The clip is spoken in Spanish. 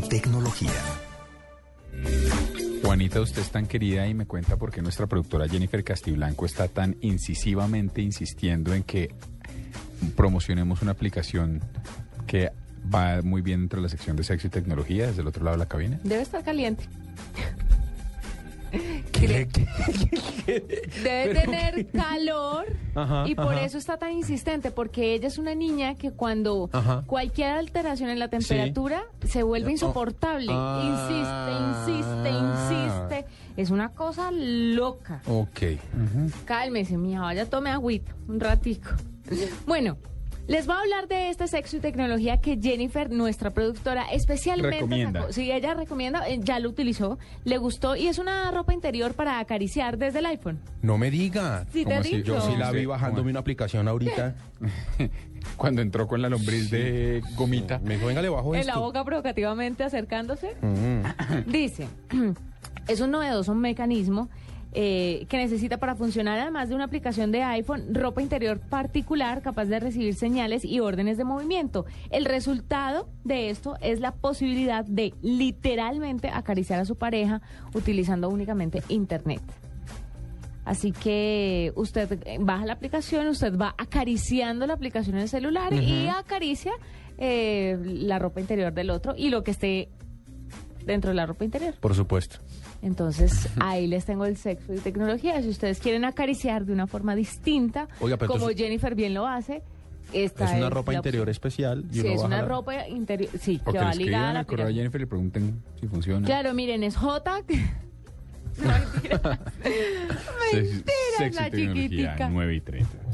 tecnología. Juanita, usted es tan querida y me cuenta por qué nuestra productora Jennifer Castiblanco está tan incisivamente insistiendo en que promocionemos una aplicación que va muy bien entre la sección de sexo y tecnología, desde el otro lado de la cabina. Debe estar caliente. Debe tener calor. Y por eso está tan insistente, porque ella es una niña que cuando cualquier alteración en la temperatura se vuelve insoportable. Insiste. Es una cosa loca. Ok. Cálmese, mija, vaya, tome agüita un ratico. Bueno, les voy a hablar de este sexo y tecnología que Jennifer, nuestra productora, especialmente recomienda. sacó. Sí, ella recomienda, ya lo utilizó, le gustó y es una ropa interior para acariciar desde el iPhone. No me diga. Sí, te ¿Cómo así? digo. Yo sí la vi ¿Cómo? bajándome una aplicación ahorita. Cuando entró con la lombriz de gomita. Me dijo, venga, le bajo En esto. la boca provocativamente acercándose. Dice, es un novedoso mecanismo que necesita para funcionar, además de una aplicación de iPhone, ropa interior particular capaz de recibir señales y órdenes de movimiento. El resultado de esto es la posibilidad de literalmente acariciar a su pareja utilizando únicamente Internet. Así que usted baja la aplicación, usted va acariciando la aplicación en el celular y acaricia la ropa interior del otro y lo que esté dentro de la ropa interior. Por supuesto. Entonces, ahí les tengo el sexo y tecnología. Si ustedes quieren acariciar de una forma distinta, Oiga, pero como entonces, Jennifer bien lo hace, esta es una ropa la interior opción. especial. Y Sí, uno es baja una la- ropa interior, sí, O que que va le ligada a escriban la al correo a aplicación. Jennifer y le pregunten si funciona. Claro, miren, es J. No, mentira. Sexo Mentira, y la tecnología, chiquitica. 9:30.